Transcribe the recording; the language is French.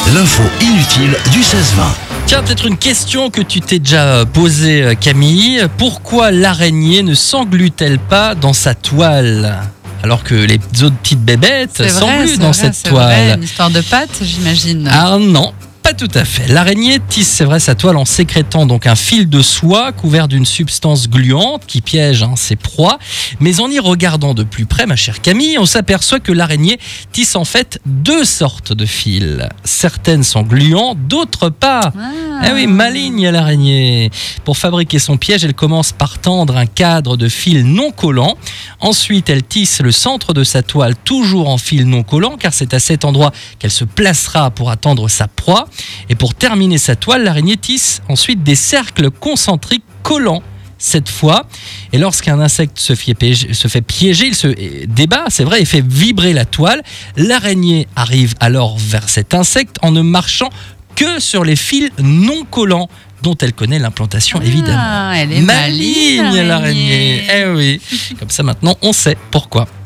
L'info inutile du 16-20. Tiens, peut-être une question que tu t'es déjà posée, Camille. Pourquoi l'araignée ne s'englue-t-elle pas dans sa toile alors que les autres petites bébêtes s'engluent dans cette toile? C'est vrai, une histoire de pâte, j'imagine. Ah non, pas tout à fait. L'araignée tisse, c'est vrai, sa toile en sécrétant donc un fil de soie couvert d'une substance gluante qui piège ses proies. Mais en y regardant de plus près, ma chère Camille, on s'aperçoit que l'araignée tisse en fait deux sortes de fils. Certaines sont gluants, d'autres pas. Ah oui, maligne l'araignée. Pour fabriquer son piège, elle commence par tendre un cadre de fil non collant. Ensuite, elle tisse le centre de sa toile toujours en fil non collant, car c'est à cet endroit qu'elle se placera pour attendre sa proie. Et pour terminer sa toile, l'araignée tisse ensuite des cercles concentriques collants cette fois. Et lorsqu'un insecte se fait piéger, il se débat, c'est vrai, et fait vibrer la toile. L'araignée arrive alors vers cet insecte en ne marchant que sur les fils non collants dont elle connaît l'implantation, évidemment. Elle est maligne, l'araignée. Eh oui. Comme ça, maintenant, on sait pourquoi.